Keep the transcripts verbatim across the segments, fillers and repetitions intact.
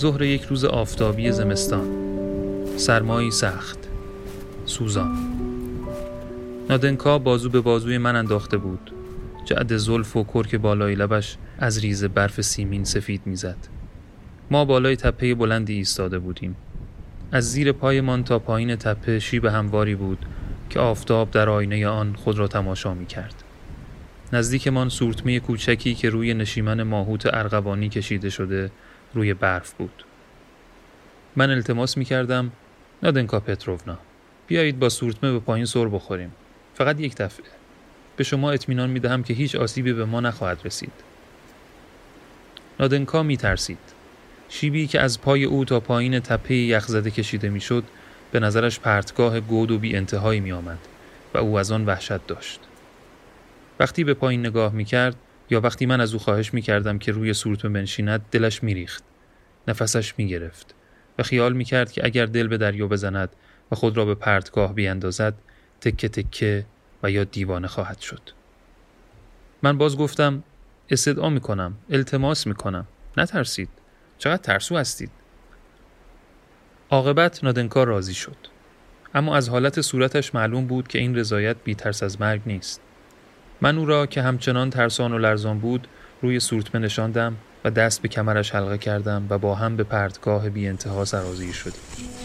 ظهر یک روز آفتابی زمستان، سرمایی سخت، سوزان. نادنکا بازو به بازوی من انداخته بود. جعد زلف و کرک بالای لبش از ریز برف سیمین سفید میزد. ما بالای تپه بلندی ایستاده بودیم. از زیر پایمان تا پایین تپه شیب همواری بود که آفتاب در آینه آن خود را تماشا می کرد. نزدیکمان سورتمه کوچکی که روی نشیمن ماهوت ارغوانی کشیده شده روی برف بود. من التماس می کردم: نادنکا پتروونا، بیایید با سورتمه به پایین سر بخوریم. فقط یک دفعه. به شما اطمینان می دهم که هیچ آسیبی به ما نخواهد رسید. نادنکا می ترسید. شیبی که از پای او تا پایین تپه یخزده کشیده می شد به نظرش پرتگاه گود و بی انتهایی می آمد و او از آن وحشت داشت. وقتی به پایین نگاه می کرد یا وقتی من از او خواهش می کردم که روی سورتمه بنشیند، دلش می ریخت. نفسش می گرفت و خیال می کرد که اگر دل به دریا بزند و خود را به پرتگاه بیاندازد، تکه تکه و یا دیوانه خواهد شد. من باز گفتم: استدعا می کنم، التماس می کنم، نترسید. چقدر ترسو هستید. عاقبت نادنکا راضی شد، اما از حالت صورتش معلوم بود که این رضایت بی ترس از مرگ نیست. من او را که همچنان ترسان و لرزان بود روی سورتمه نشاندم و دست به کمرش حلقه کردم و با هم به پرتگاه بی انتها سرازیر شدیم.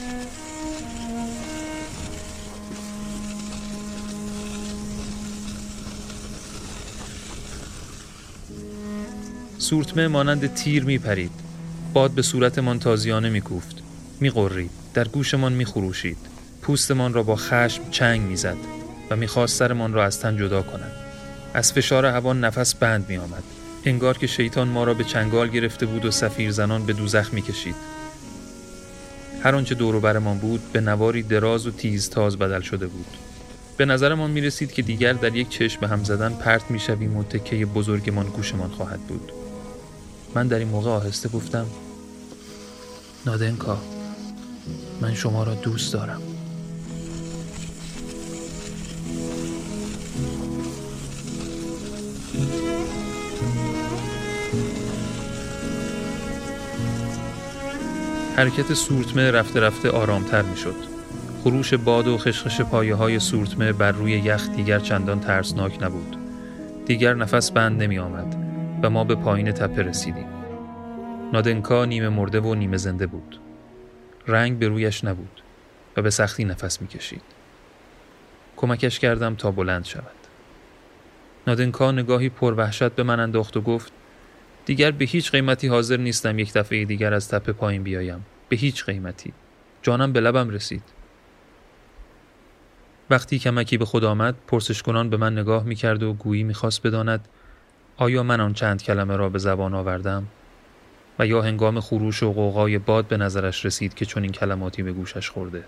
سورتمه مانند تیر می پرید. باد به صورتمان تازیانه می کوفت، می غرید، در گوشمان می خروشید، پوستمان را با خشم چنگ می زد و می خواست سرمان را از تن جدا کند. از فشار هوا نفس بند می آمد. انگار که شیطان ما را به چنگال گرفته بود و صفیر زنان به دوزخ می کشید. هر آنچه دور و برمان بود به نواری دراز و تیز تاز بدل شده بود. به نظرمان می رسید که دیگر در یک چشم هم زدن پرت می شویم و تکه بزرگمان گوشمان خواهد بود. من در این موقع آهسته گفتم: نادنکا، من شما را دوست دارم. حرکت سورتمه رفته رفته آرامتر می شد. خروش باد و خشخش پایه های سورتمه بر روی یخ دیگر چندان ترسناک نبود. دیگر نفس بند نمی آمد و ما به پایین تپه رسیدیم. نادنکا نیمه مرده و نیمه زنده بود. رنگ به رویش نبود و به سختی نفس می کشید. کمکش کردم تا بلند شود. نادنکا نگاهی پر وحشت به من انداخت و گفت: دیگر به هیچ قیمتی حاضر نیستم یک دفعه دیگر از تپه پایین بیایم. به هیچ قیمتی. جانم به لبم رسید. وقتی کمکی به خود آمد، پرسش کنان به من نگاه می کرد و گویی می خواست بداند آیا من آن چند کلمه را به زبان آوردم و یا هنگام خروش و غوغای باد به نظرش رسید که چون این کلماتی به گوشش خورده.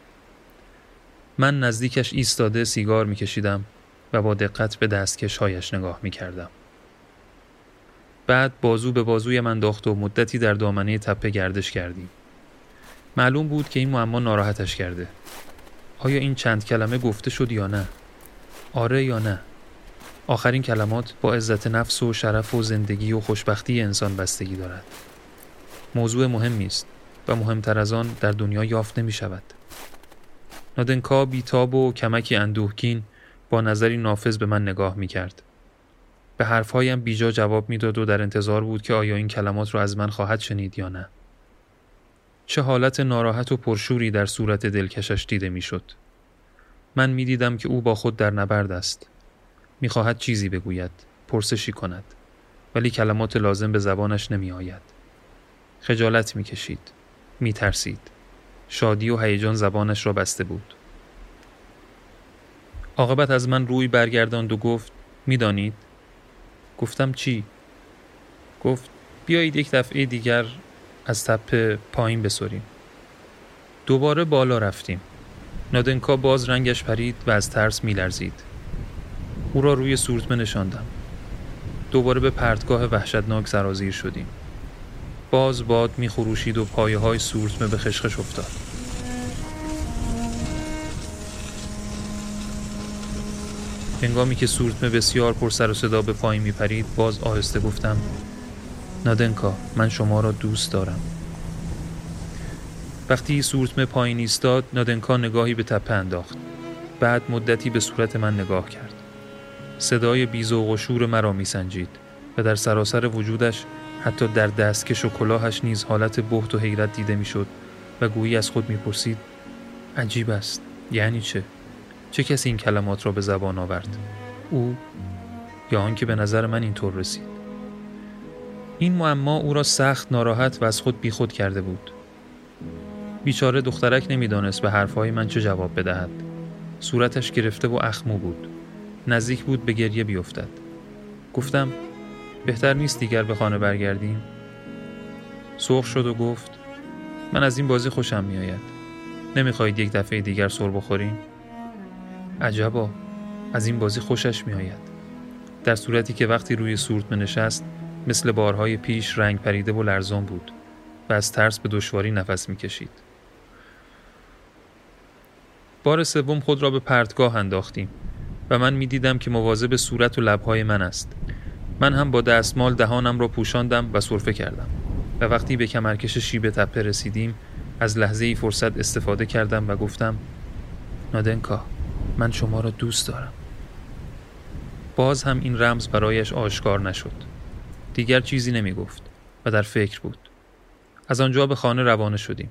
من نزدیکش ایستاده سیگار می کشیدم و با دقت به دستکش هایش نگاه می کردم. بعد بازو به بازوی من انداخت و مدتی در دامنه تپه گردش کردیم. معلوم بود که این معما ناراحتش کرده. آیا این چند کلمه گفته شد یا نه؟ آره یا نه؟ آخرین کلمات با عزت نفس و شرف و زندگی و خوشبختی انسان بستگی دارد. موضوع مهمی است و مهمتر از آن در دنیا یافت نمی شود. نادنکا بیتاب و کمکی اندوهگین با نظری نافذ به من نگاه می کرد. به حرفهایم بیجا جواب می داد و در انتظار بود که آیا این کلمات را از من خواهد شنید یا نه. چه حالت ناراحت و پرشوری در صورت دلکشش دیده می شد. من می دیدم که او با خود در نبرد است. می خواهد چیزی بگوید، پرسشی کند، ولی کلمات لازم به زبانش نمی آید. خجالت می کشید، می ترسید. شادی و هیجان زبانش را بسته بود. عاقبت از من روی برگرداند و گفت: می دانید؟ گفتم چی؟ گفت: بیایید یک دفعه دیگر از تپه پایین بسریم. دوباره بالا رفتیم. نادنکا باز رنگش پرید و از ترس می لرزید. او را روی سورتمه نشاندم. دوباره به پرتگاه وحشتناک سرازیر شدیم. باز باد می خروشید و پایه های سورتمه به خشخش افتاد. هنگامی که سورتمه بسیار پر سر و صدا به پایین می پرید، باز آهسته گفتم: نادنکا، من شما را دوست دارم. وقتی سورتمه پایین ایستاد، نادنکا نگاهی به تپه انداخت. بعد مدتی به صورت من نگاه کرد. صدای بی‌ذوق و شور مرا می‌سنجید و در سراسر وجودش، حتی در دستکش و کلاهش نیز حالت بهت و حیرت دیده می‌شد و گویی از خود می‌پرسید: عجیب است، یعنی چه؟ چه کسی این کلمات را به زبان آورد؟ او یا آنکه به نظر من اینطور رسید؟ این معما او را سخت ناراحت و از خود بیخود کرده بود. بیچاره دخترک نمی‌دانست به حرفهای من چه جواب بدهد. صورتش گرفته و اخمو بود. نزدیک بود به گریه بیفتد. گفتم: بهتر نیست دیگر به خانه برگردیم؟ سرخ شد و گفت: من از این بازی خوشم میآید. نمیخواهید یک دفعه دیگر سر بخوریم؟ عجبا، از این بازی خوشش میآید. در صورتی که وقتی روی سورتمه نشست مثل بارهای پیش رنگ پریده و لرزان بود و از ترس به دشواری نفس میکشید. بار سوم خود را به پرتگاه انداختیم و من میدیدم که مواظب صورت و لبهای من است. من هم با دستمال دهانم را پوشاندم و سرفه کردم و وقتی به کمرکش شیب تپه رسیدیم از لحظه ای فرصت استفاده کردم و گفتم: نادنکا، من شما را دوست دارم. باز هم این رمز برایش آشکار نشد. دیگر چیزی نمی گفت و در فکر بود. از آنجا به خانه روانه شدیم.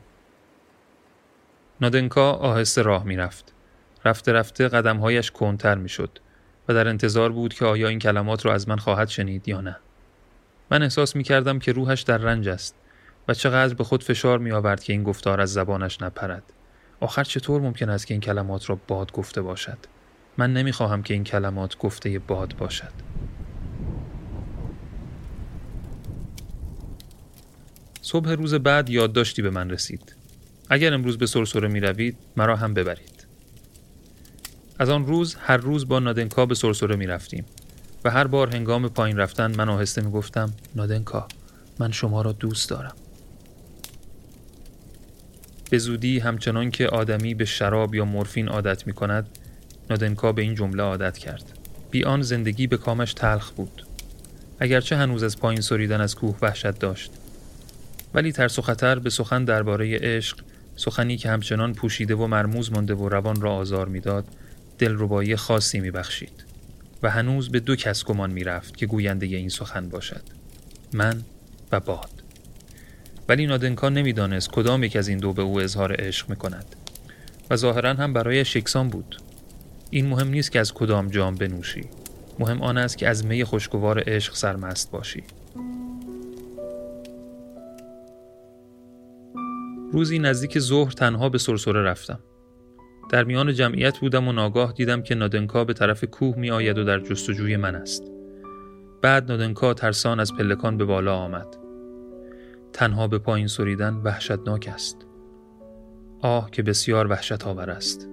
نادنکا آهسته راه می رفت. رفته رفته قدمهایش کندتر می شد و در انتظار بود که آیا این کلمات را از من خواهد شنید یا نه. من احساس می کردم که روحش در رنج است و چقدر به خود فشار می آورد که این گفتار از زبانش نپرد. آخر چطور ممکن است که این کلمات را باد گفته باشد؟ من نمی خواهم که این کلمات گفته باد باشد. صبح روز بعد یادداشتی به من رسید: اگر امروز به سرسره می روید، مرا هم ببرید. از آن روز هر روز با نادنکا به سرسره می رفتیم و هر بار هنگام پایین رفتن من آهسته می گفتم: نادنکا، من شما را دوست دارم. به زودی همچنان که آدمی به شراب یا مورفین عادت می کند، نادنکا به این جمله عادت کرد. بی آن زندگی به کامش تلخ بود. اگرچه هنوز از پایین سریدن از کوه وحشت داشت، ولی ترس و خطر به سخن درباره عشق، سخنی که همچنان پوشیده و مرموز مانده و روان را آزار میداد، دلربایی خاصی میبخشید و هنوز به دو کس گمان میرفت که گوینده این سخن باشد: من و باد. ولی نادنکا نمیدانست کدام یک از این دو به او اظهار عشق میکند و ظاهرا هم برایش یکسان بود. این مهم نیست که از کدام جام بنوشی، مهم آن است که از می خوشگوار عشق سرمست باشی. روزی نزدیک ظهر تنها به سرسره رفتم. در میان جمعیت بودم و ناگاه دیدم که نادنکا به طرف کوه می آید و در جستجوی من است. بعد نادنکا ترسان از پلکان به بالا آمد. تنها به پایین سریدن وحشتناک است. آه که بسیار وحشت آور است.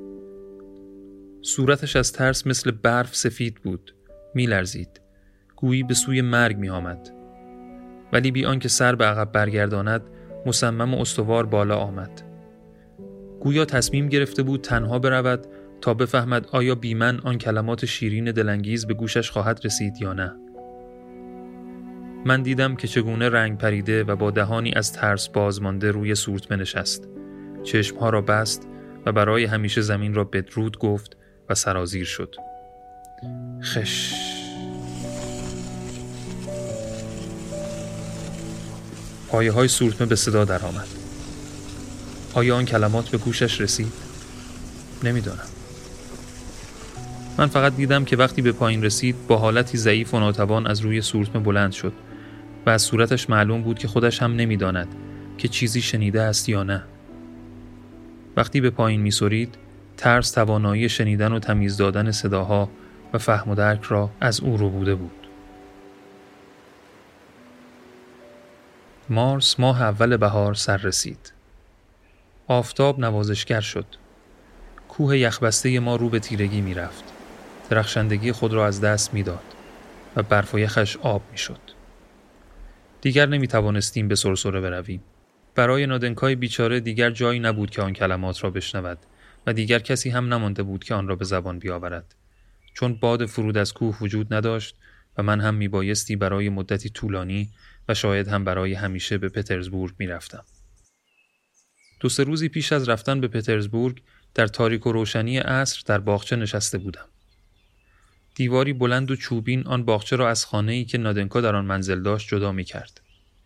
صورتش از ترس مثل برف سفید بود. می لرزید. گویی به سوی مرگ می آمد. ولی بی آنکه سر به عقب برگرداند، مصمم و استوار بالا آمد. گویا تصمیم گرفته بود تنها برود تا بفهمد آیا بی من آن کلمات شیرین دلانگیز به گوشش خواهد رسید یا نه. من دیدم که چگونه رنگ پریده و با دهانی از ترس بازمانده روی سورتمه نشست. چشمها را بست و برای همیشه زمین را بدرود گفت و سرازیر شد. خش. پایه های سورتمه به صدا در آمد. آیا آن کلمات به گوشش رسید؟ نمیدانم. من فقط دیدم که وقتی به پایین رسید با حالتی ضعیف و ناتوان از روی سورتمه بلند شد و از صورتش معلوم بود که خودش هم نمیداند که چیزی شنیده است یا نه. وقتی به پایین می‌سرید، ترس توانایی شنیدن و تمیز دادن صداها و فهم و درک را از او ربوده بود. مارس ماه اول بهار سر رسید. آفتاب نوازشگر شد. کوه یخبسته ما رو به تیرگی می رفت. درخشندگی خود را از دست می داد و برف و یخش آب می شد. دیگر نمی توانستیم به سرسره برویم. برای نادنکای بیچاره دیگر جایی نبود که آن کلمات را بشنود و دیگر کسی هم نمانده بود که آن را به زبان بیاورد. چون باد فرود از کوه وجود نداشت و من هم می بایستی برای مدتی طولانی و شاید هم برای همیشه به پترزبورگ می رفتم. دو سه روزی پیش از رفتن به پترزبورگ در تاریک و روشنی عصر در باغچه نشسته بودم. دیواری بلند و چوبین آن باغچه را از خانه‌ای که نادنکا در آن منزل داشت جدا می‌کرد.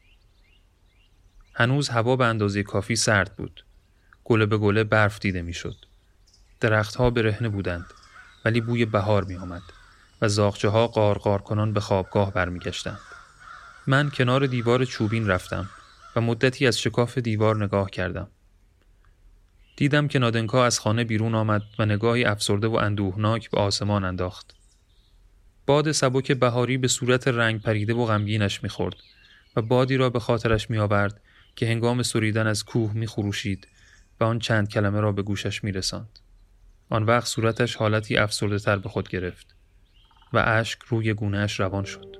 هنوز هوا به اندازه کافی سرد بود. گله به گله برف دیده می‌شد. درخت‌ها برهنه بودند، ولی بوی بهار می‌آمد و زاغچه‌ها قارقار کنان به خوابگاه برمیگشتند. من کنار دیوار چوبین رفتم و مدتی از شکاف دیوار نگاه کردم. دیدم که نادنکا از خانه بیرون آمد و نگاهی افسرده و اندوهناک به آسمان انداخت. باد سبک بهاری به صورت رنگ پریده و غمگینش می‌خورد و بادی را به خاطرش می‌آورد که هنگام سریدن از کوه می‌خروشید و آن چند کلمه را به گوشش می‌رساند. آن وقت صورتش حالتی افسرده‌تر به خود گرفت و اشک روی گونه‌اش روان شد.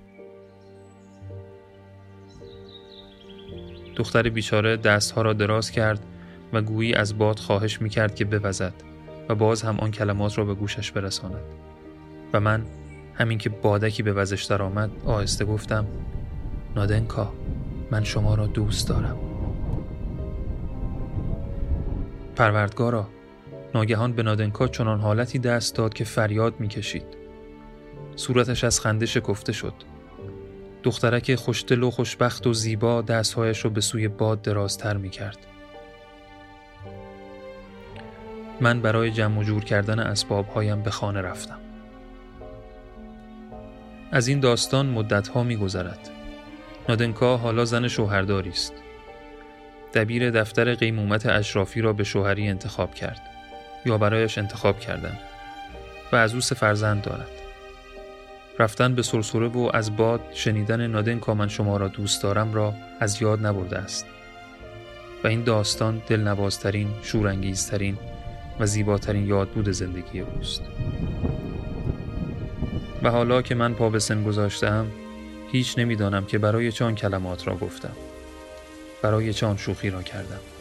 دختر بیچاره دستها را دراز کرد و گویی از باد خواهش می‌کرد که بوزد و باز هم آن کلمات را به گوشش برساند. و من همین که بادکی به وزش در آمد آهسته گفتم: نادنکا، من شما را دوست دارم. پروردگارا، ناگهان به نادنکا چنان حالتی دست داد که فریاد می‌کشید. صورتش از خنده شکفته شد. دخترک خوشدل و خوشبخت و زیبا دستهایش را به سوی باد درازتر می‌کرد. من برای جمع و جور کردن اسباب‌هایم به خانه رفتم. از این داستان مدت‌ها می‌گذرد. نادنکا حالا زن شوهرداری است. دبیر دفتر قیمومت اشرافی را به شوهری انتخاب کرد یا برایش انتخاب کردند و از او سه فرزند دارد. رفتن به سرسره و از باد شنیدن نادنکا من شما را دوست دارم را از یاد نبرده است و این داستان دلنوازترین، شورانگیزترین و زیباترین یادبود زندگی اوست. و حالا که من پا به سن گذاشتم، هیچ نمیدانم که برای چه آن کلمات را گفتم، برای چه آن شوخی را کردم.